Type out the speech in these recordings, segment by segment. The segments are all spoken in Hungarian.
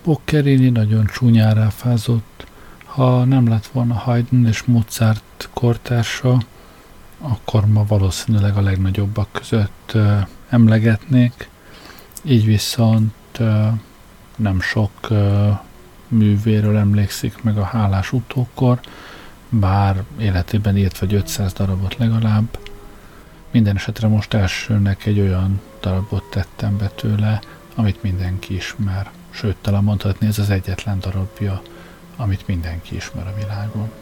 Boccherini nagyon csúnyán ráfázott. Ha nem lett volna Haydn és Mozart kortársa, akkor ma valószínűleg a legnagyobbak között emlegetnék. Így viszont nem sok művéről emlékszik meg a hálás utókor, bár életében írt vagy 500 darabot legalább. Minden esetre most elsőnek egy olyan darabot tettem be tőle, amit mindenki ismer. Sőt, talán mondhatni, ez az egyetlen darabja, amit mindenki ismer a világon.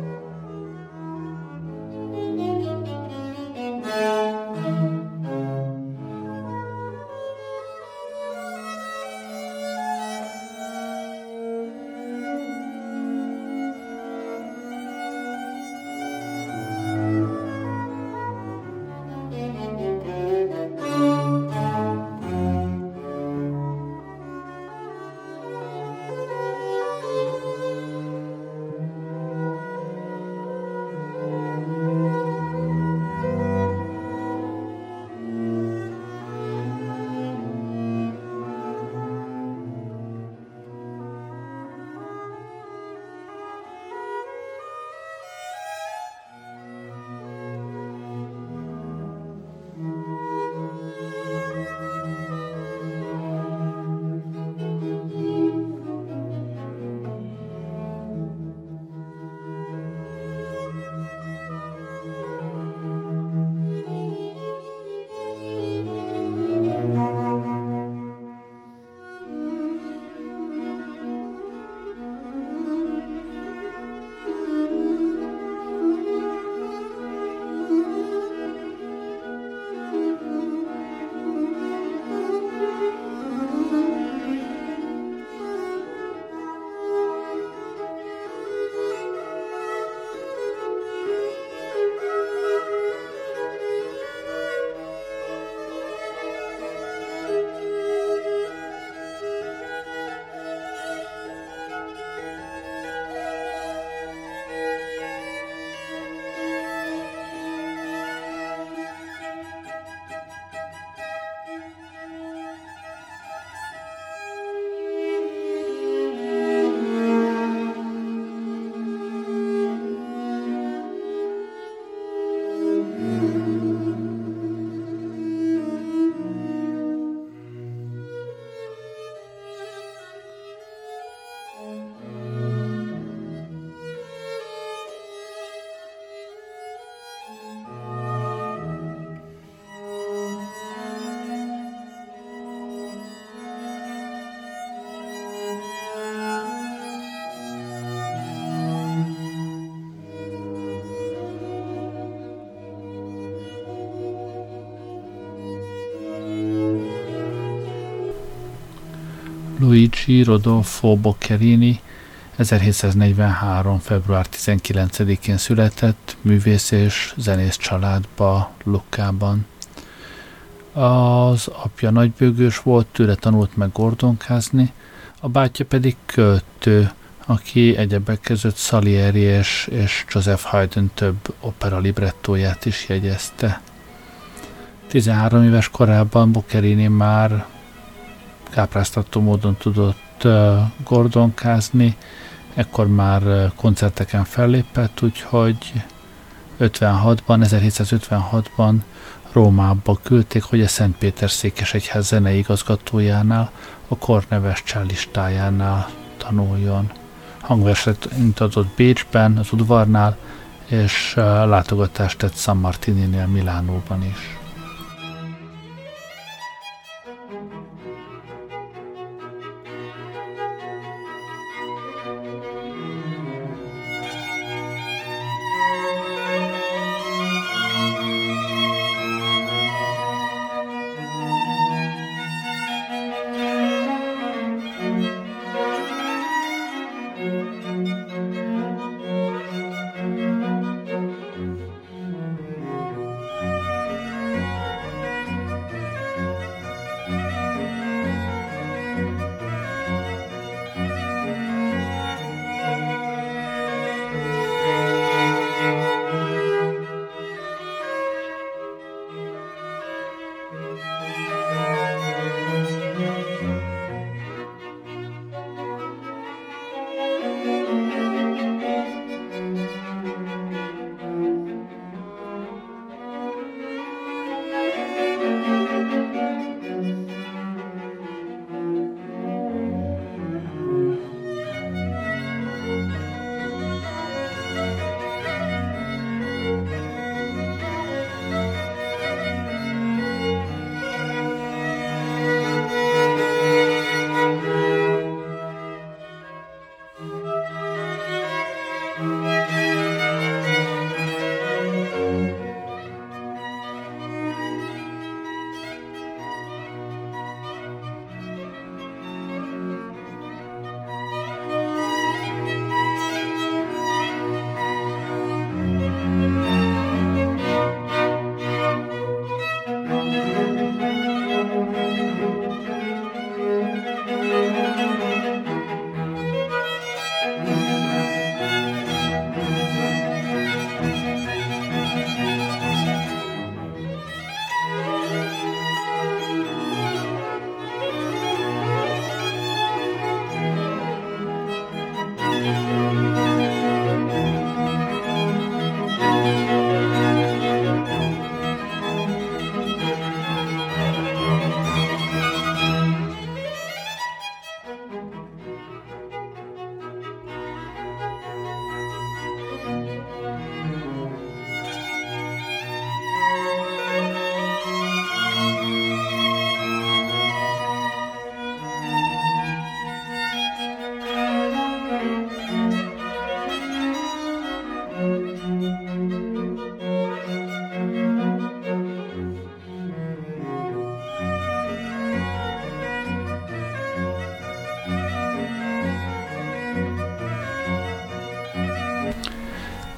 Luigi Rodolfo Boccherini 1743. február 19-én született, művész és zenész családba Luccában. Az apja nagybőgős volt, tőle tanult meg gordonkázni, a bátyja pedig költő, aki egyebek között Salieri és Joseph Haydn több opera librettóját is jegyezte. 13 éves korában Boccherini már kápráztató módon tudott gordonkázni, ekkor már koncerteken fellépett, úgyhogy 1756-ban Rómába küldték, hogy a Szentpéter-székesegyház zenei igazgatójánál, a kor neves cellistájánál tanuljon. Hangversenyt adott Bécsben, az udvarnál, és látogatást tett San Martininél Milánóban is.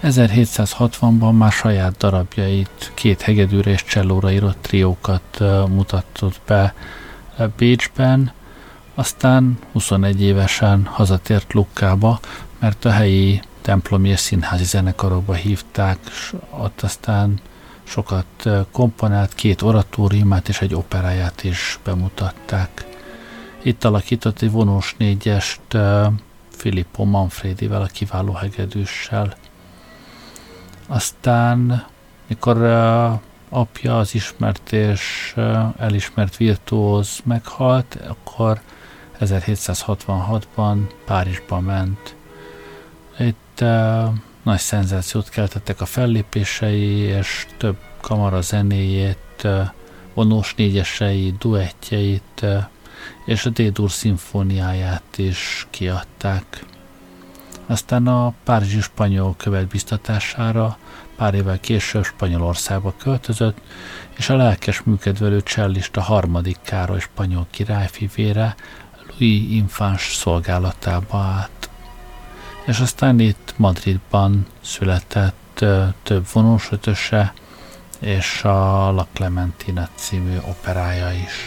1760-ban már saját darabjait, 2 hegedűre és csellóra írott triókat mutatott be Bécsben, aztán 21 évesen hazatért Luccaба, mert a helyi templomi és színházi zenekarokba hívták, és ott aztán sokat komponált, 2 oratóriumát és egy operáját is bemutatták. Itt alakított egy vonós 4-est Filippo Manfredivel, a kiváló hegedűssel. Aztán, mikor apja, az ismert és elismert virtuóz meghalt, akkor 1766-ban Párizsba ment. Itt nagy szenzációt keltettek a fellépései, és több kamara zenéjét, vonós 4-esei, duettjeit, és a D-dur szimfóniáját is kiadták. Aztán a párizsi spanyol követ biztatására pár évvel később Spanyolországba költözött, és a lelkes műkedvelő csellista 3. Károly spanyol király fivére, Louis Infants szolgálatába állt. És aztán itt Madridban született több vonós 5-öse, és a La Clementina című operája is.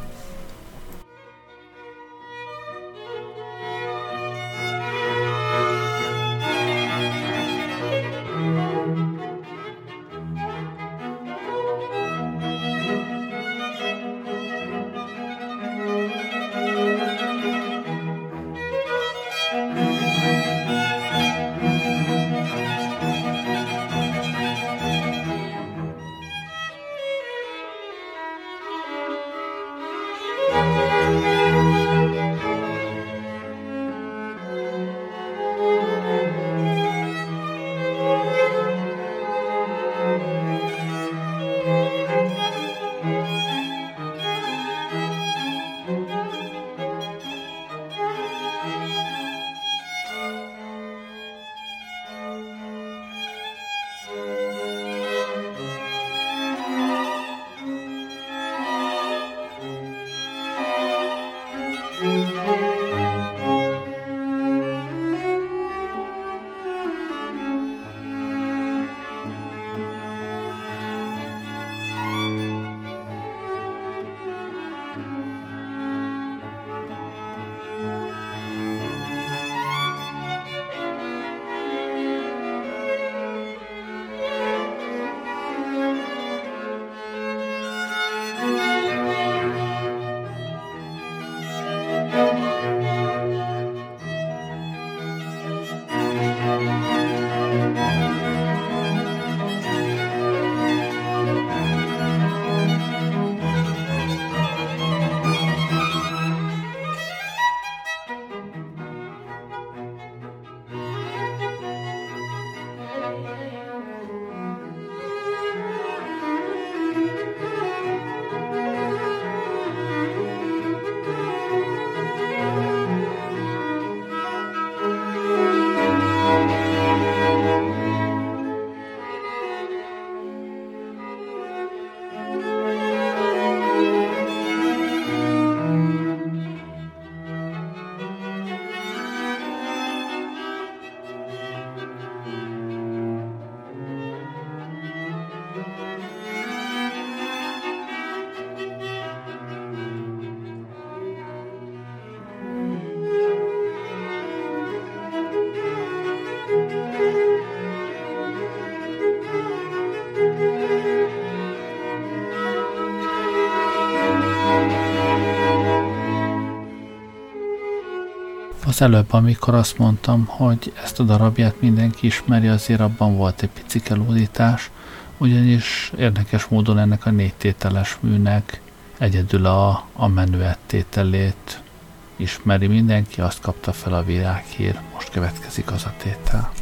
Az előbb, amikor azt mondtam, hogy ezt a darabját mindenki ismeri, azért abban volt egy picike lódítás, ugyanis érdekes módon ennek a 4 tételes műnek egyedül a menüett tételét ismeri mindenki, azt kapta fel a világhír, most következik az a tétel.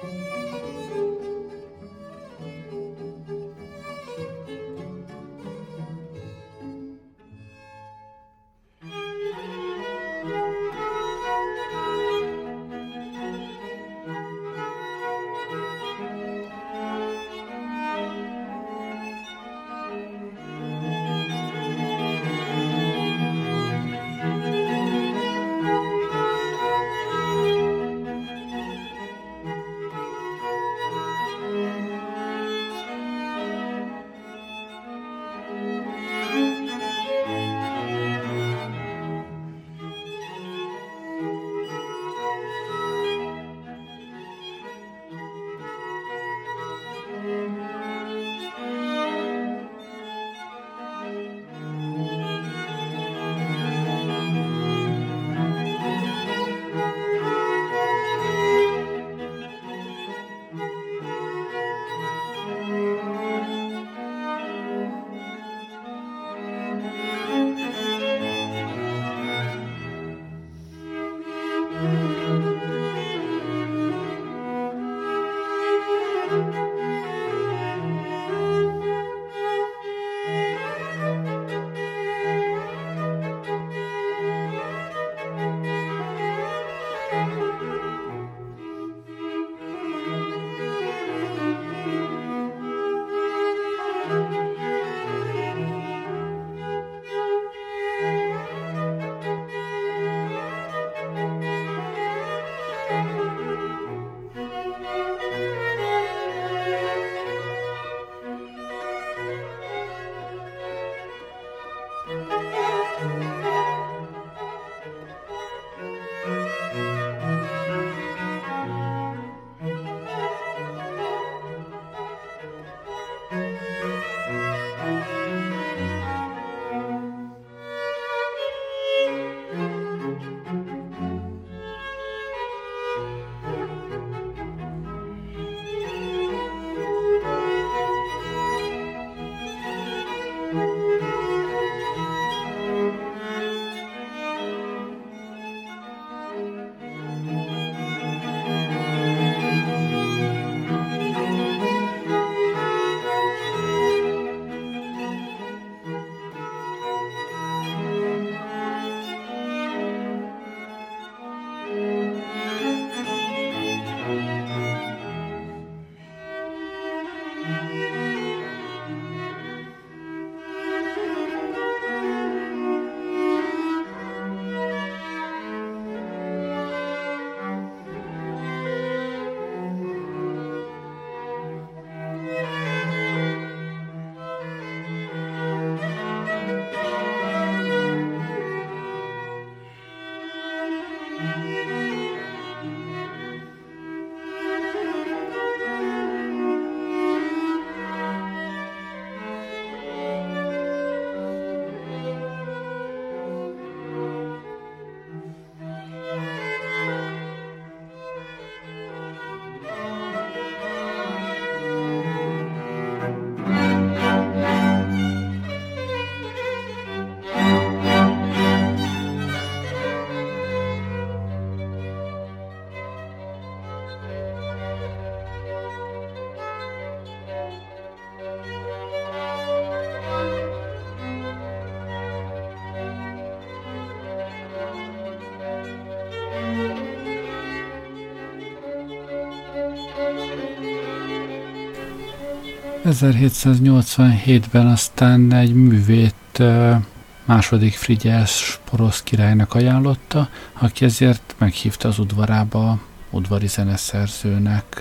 1787-ben aztán egy művét második Frigyes porosz királynak ajánlotta, aki ezért meghívta az udvarába udvari zeneszerzőnek.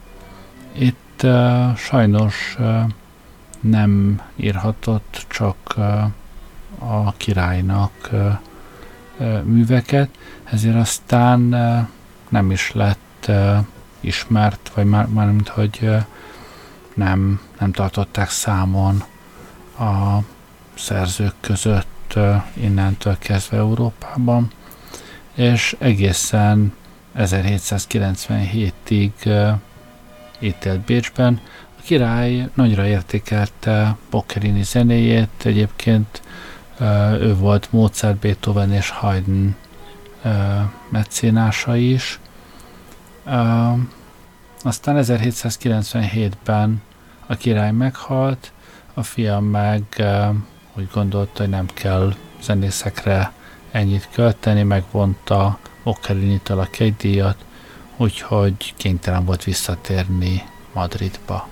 Itt sajnos nem írhatott csak a királynak műveket, ezért aztán nem is lett ismert, vagy mármint, hogy nem tartották számon a szerzők között innentől kezdve Európában, és egészen 1797-ig itt élt Bécsben. A király nagyra értékelte Boccherini zenéjét, egyébként ő volt Mozart, Beethoven és Haydn meccénása is, Aztán 1797-ben a király meghalt, a fia meg úgy gondolta, hogy nem kell zenészekre ennyit költeni, megvonta Boccherini-től a kegydíjat, úgyhogy kénytelen volt visszatérni Madridba.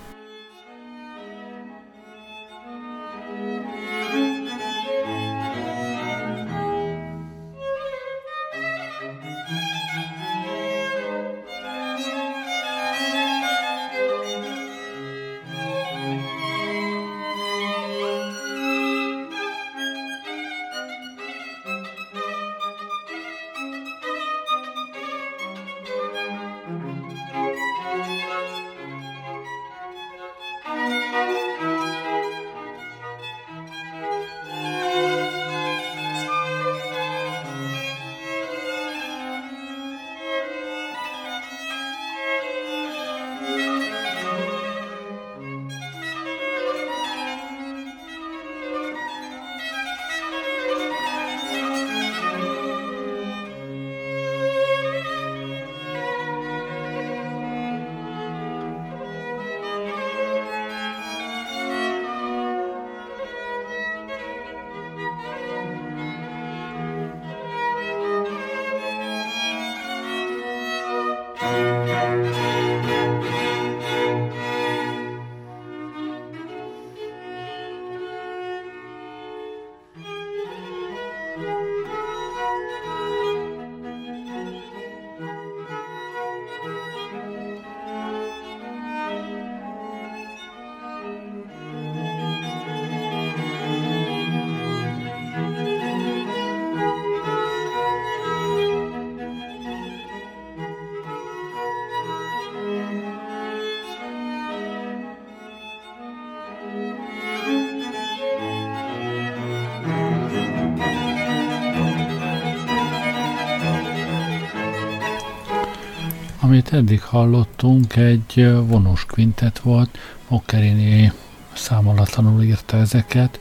Amit eddig hallottunk, egy vonós kvintet volt, Boccherini számolatlanul írta ezeket.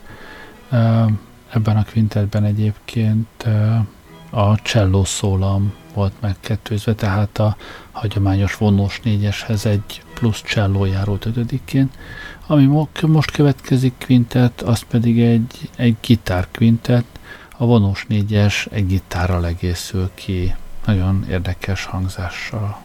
Ebben a kvintetben egyébként a cselló szólam volt megkettőzve, tehát a hagyományos vonós négyeshez egy plusz cselló járult ötödikén. Ami most következik kvintet, az pedig egy gitár kvintet, a vonós négyes egy gitárral egészül ki, nagyon érdekes hangzással.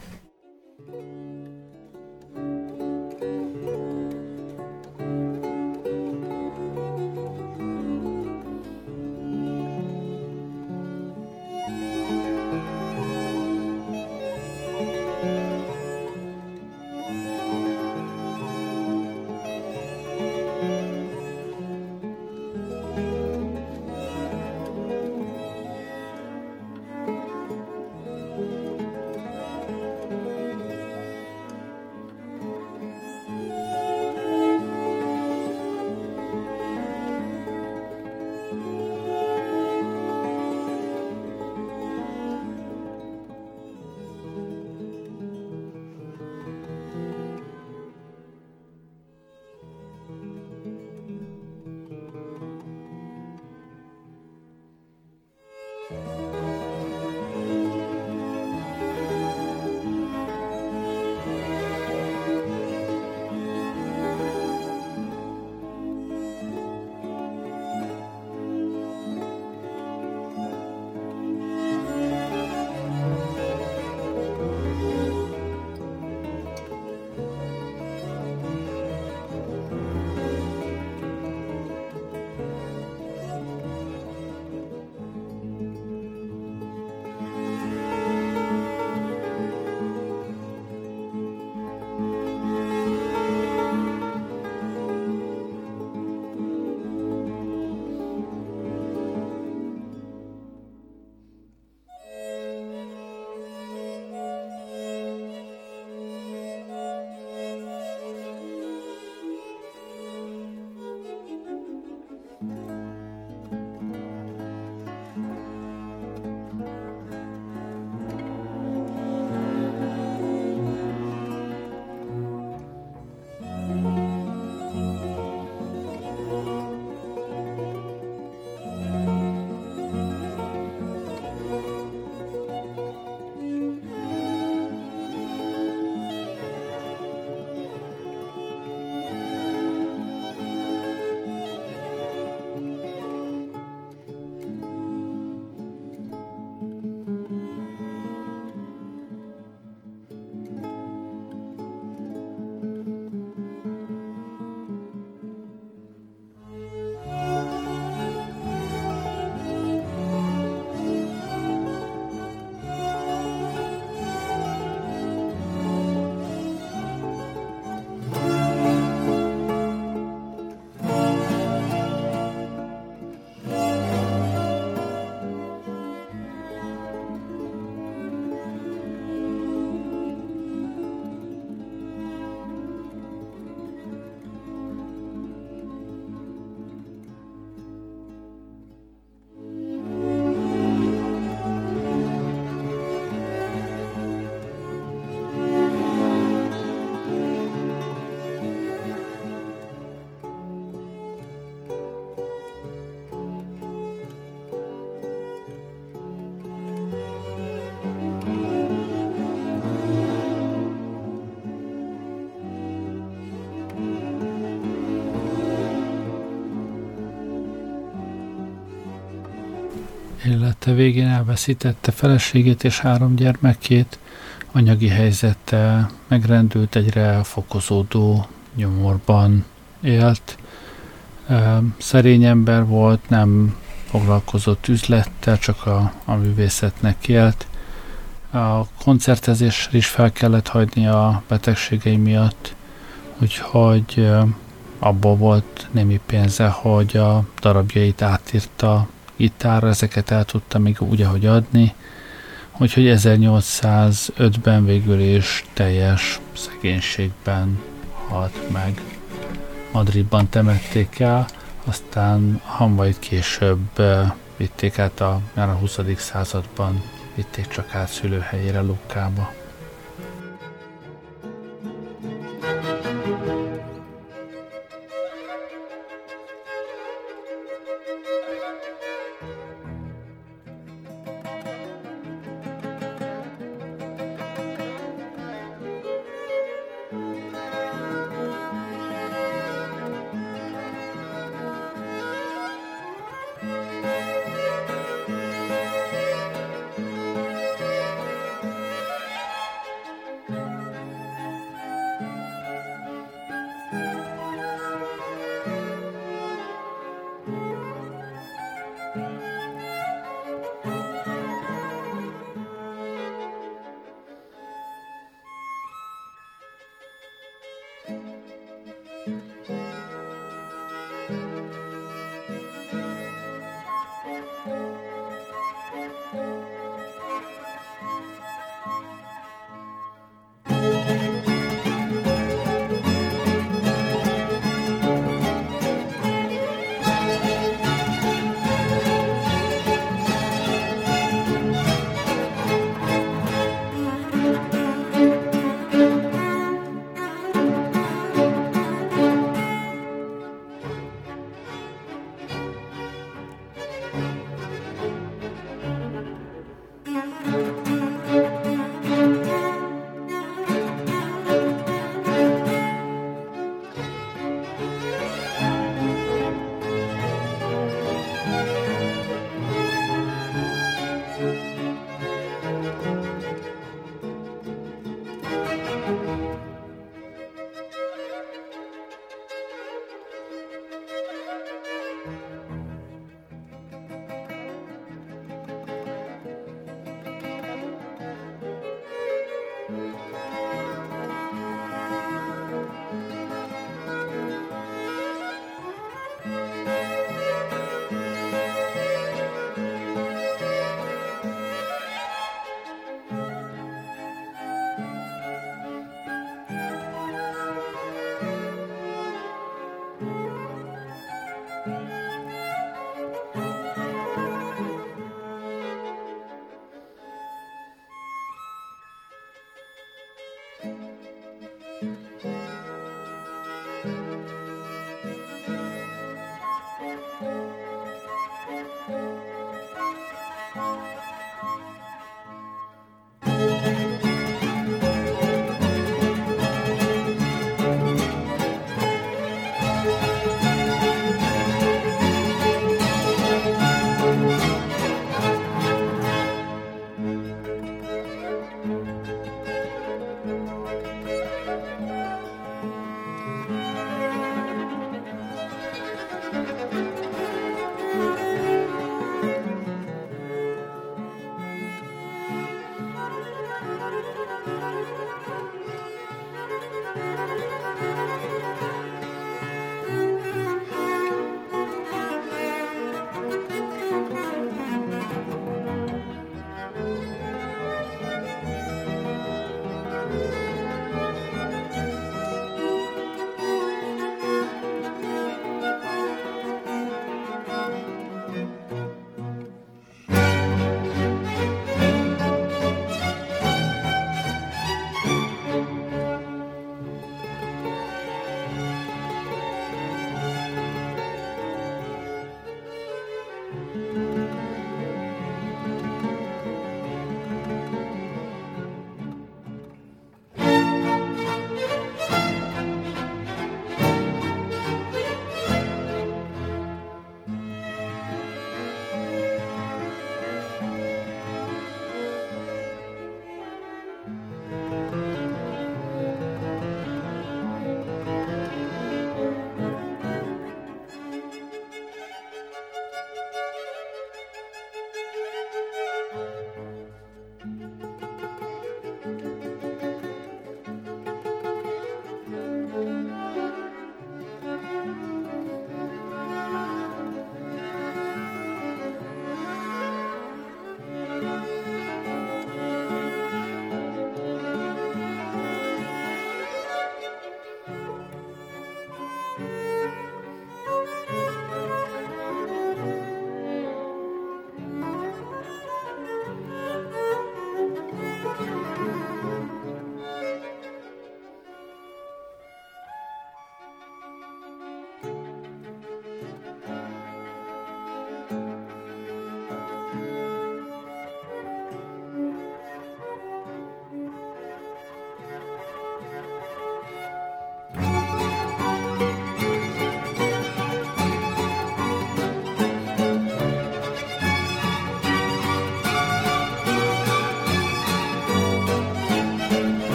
Élete végén elveszítette feleségét és 3 gyermekét, anyagi helyzete megrendült, egyre elfokozódó nyomorban élt. Szerény ember volt, nem foglalkozott üzlettel, csak a művészetnek élt. A koncertezésre is fel kellett hagyni a betegségei miatt, úgyhogy abból volt némi pénze, hogy a darabjait átírta gitárra, ezeket el tudta még úgy, ahogy adni, úgyhogy 1805-ben végül is teljes szegénységben halt meg. Madridban temették el, aztán hamvait később vitték át, már a 20. században vitték csak át szülőhelyére, Luccabe.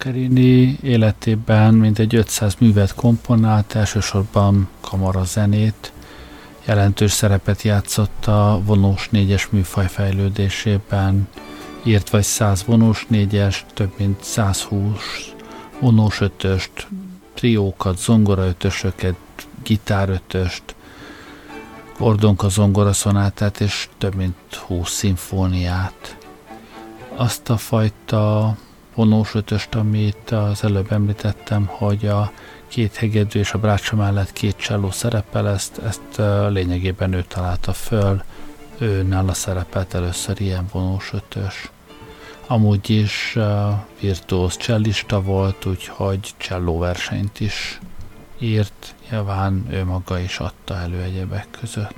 Boccherini életében mintegy 500 művet komponált, elsősorban kamarazenét. Jelentős szerepet játszott a vonós négyes műfaj fejlődésében. Írt vagy 100 vonós négyes, több mint 120 vonós ötöst, triókat, zongoraötösöket, gitárötöst, Ordonka zongoraszonátát és több mint 20 szimfóniát. Azt a fajta vonós ötöst, amit az előbb említettem, hogy a két hegedű és a brácsa mellett két cselló szerepel, ezt lényegében ő találta föl, ő nála szerepelt először ilyen vonós ötös. Amúgy is virtuóz csellista volt, úgyhogy csellóversenyt is írt, nyilván ő maga is adta elő egyebek között.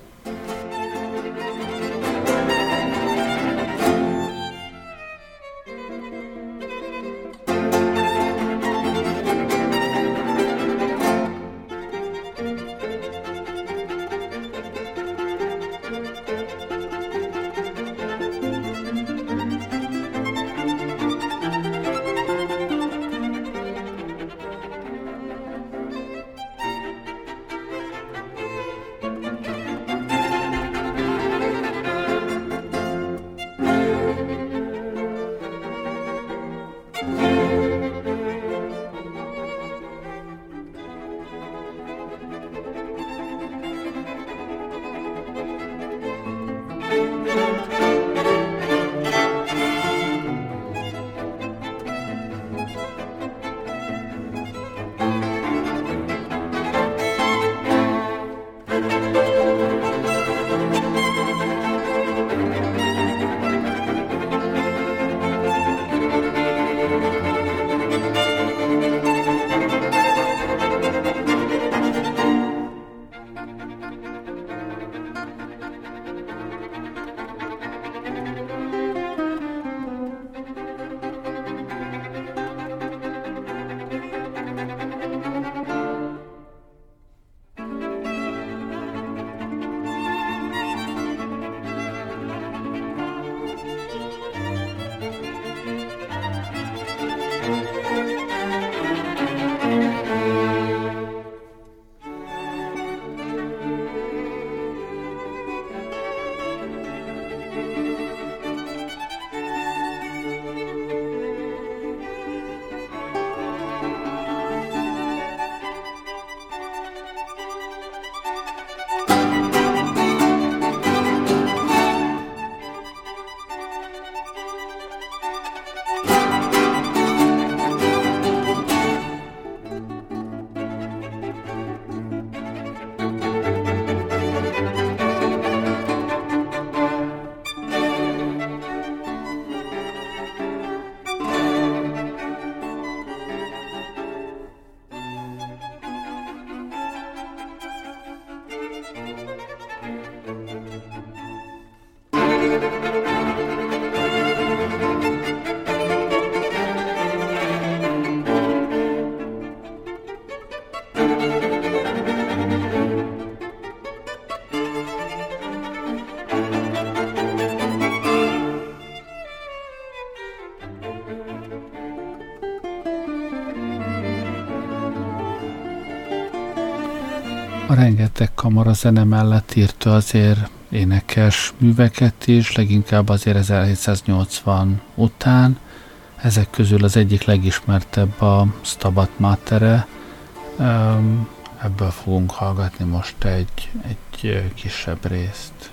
A rengeteg kamarazene mellett írta azért énekes műveket is, leginkább azért 1780 után. Ezek közül az egyik legismertebb a Stabat Matere. Ebből fogunk hallgatni most egy kisebb részt.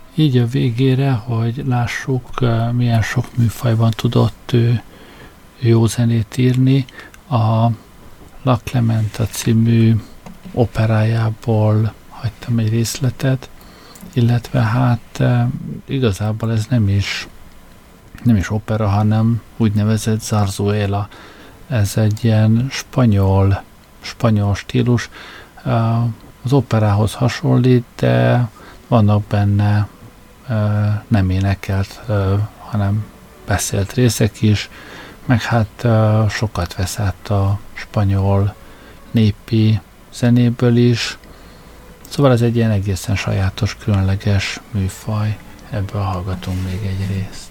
Így a végére, hogy lássuk, milyen sok műfajban tudott ő jó zenét írni, a La Clementa című operájából hagytam egy részletet, illetve hát igazából ez nem is opera, hanem úgynevezett zarzuela. Ez egy ilyen spanyol stílus, az operához hasonlít, de vannak benne nem énekelt, hanem beszélt részek is, meg hát sokat vesz át a spanyol népi zenéből is. Szóval ez egy ilyen egészen sajátos, különleges műfaj. Ebből hallgatunk még egy részt.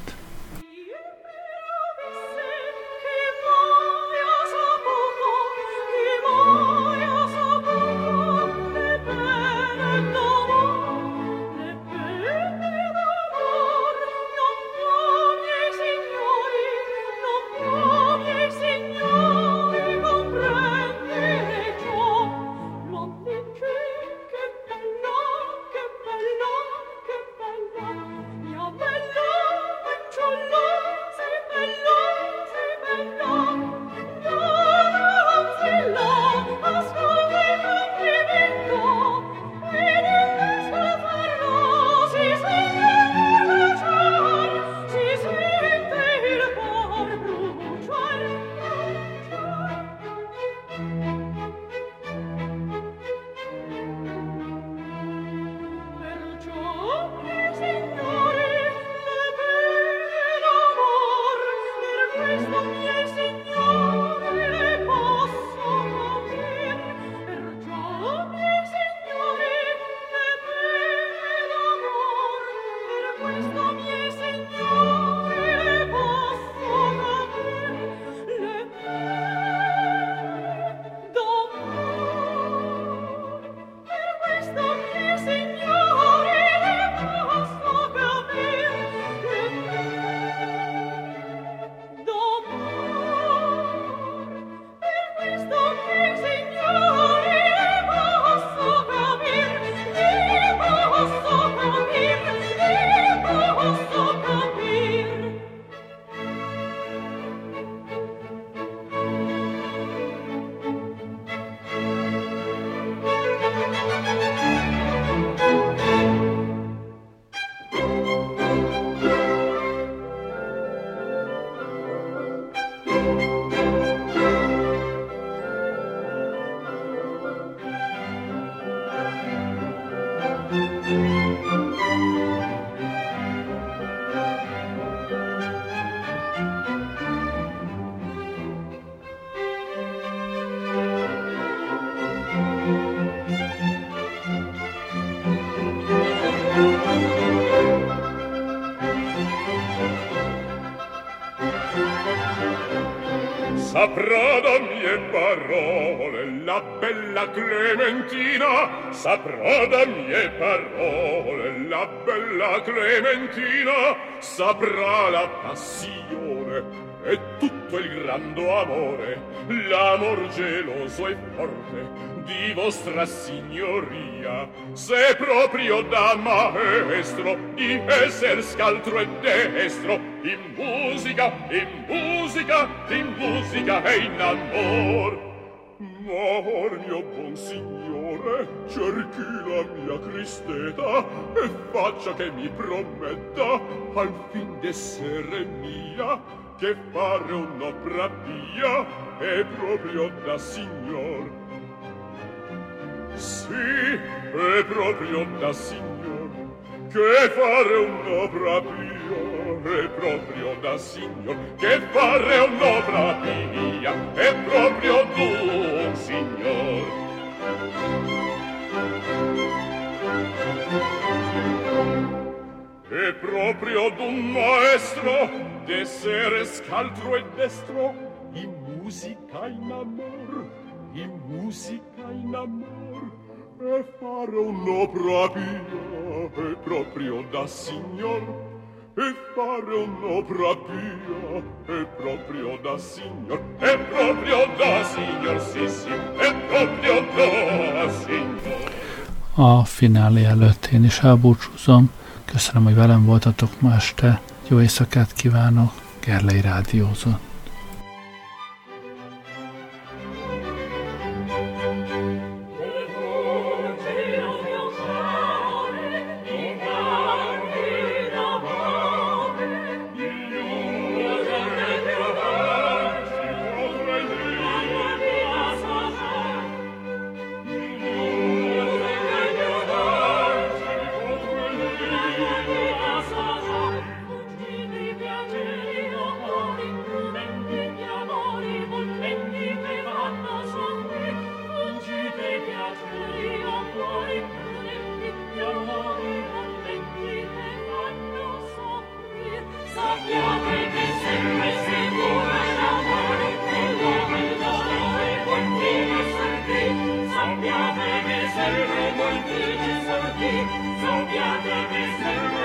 Saprà da mie parole la bella Clementina, saprà da mie parole la bella Clementina, saprà la passione e tutto il grande amore, l'amor geloso e forte di vostra signoria, se proprio da maestro di esser scaltro e destro, in musica, in musica, in musica e in amor. Amor mio buon signore, cerchi la mia Cristeta e faccia che mi prometta al fin d'essere mia che fare un'opera pia è proprio da signor. Sì, è proprio da signor che fare un'opera pia è proprio da signor che fare un'opera pia è proprio d'un signor. È proprio d'un maestro d'essere scaltro e destro in musica in amor, in musica in amor, e fare un'opera pia è proprio da signor, e fare un'opera pia è proprio da signor, è proprio da signor, sì sì, è proprio da signor. a finálé előtt én is elbúcsúzom. Köszönöm, hogy velem voltatok ma este. Jó éjszakát kívánok. Gerlei rádiózott. Sappiate che serve molti ci sorti, sappiate che serve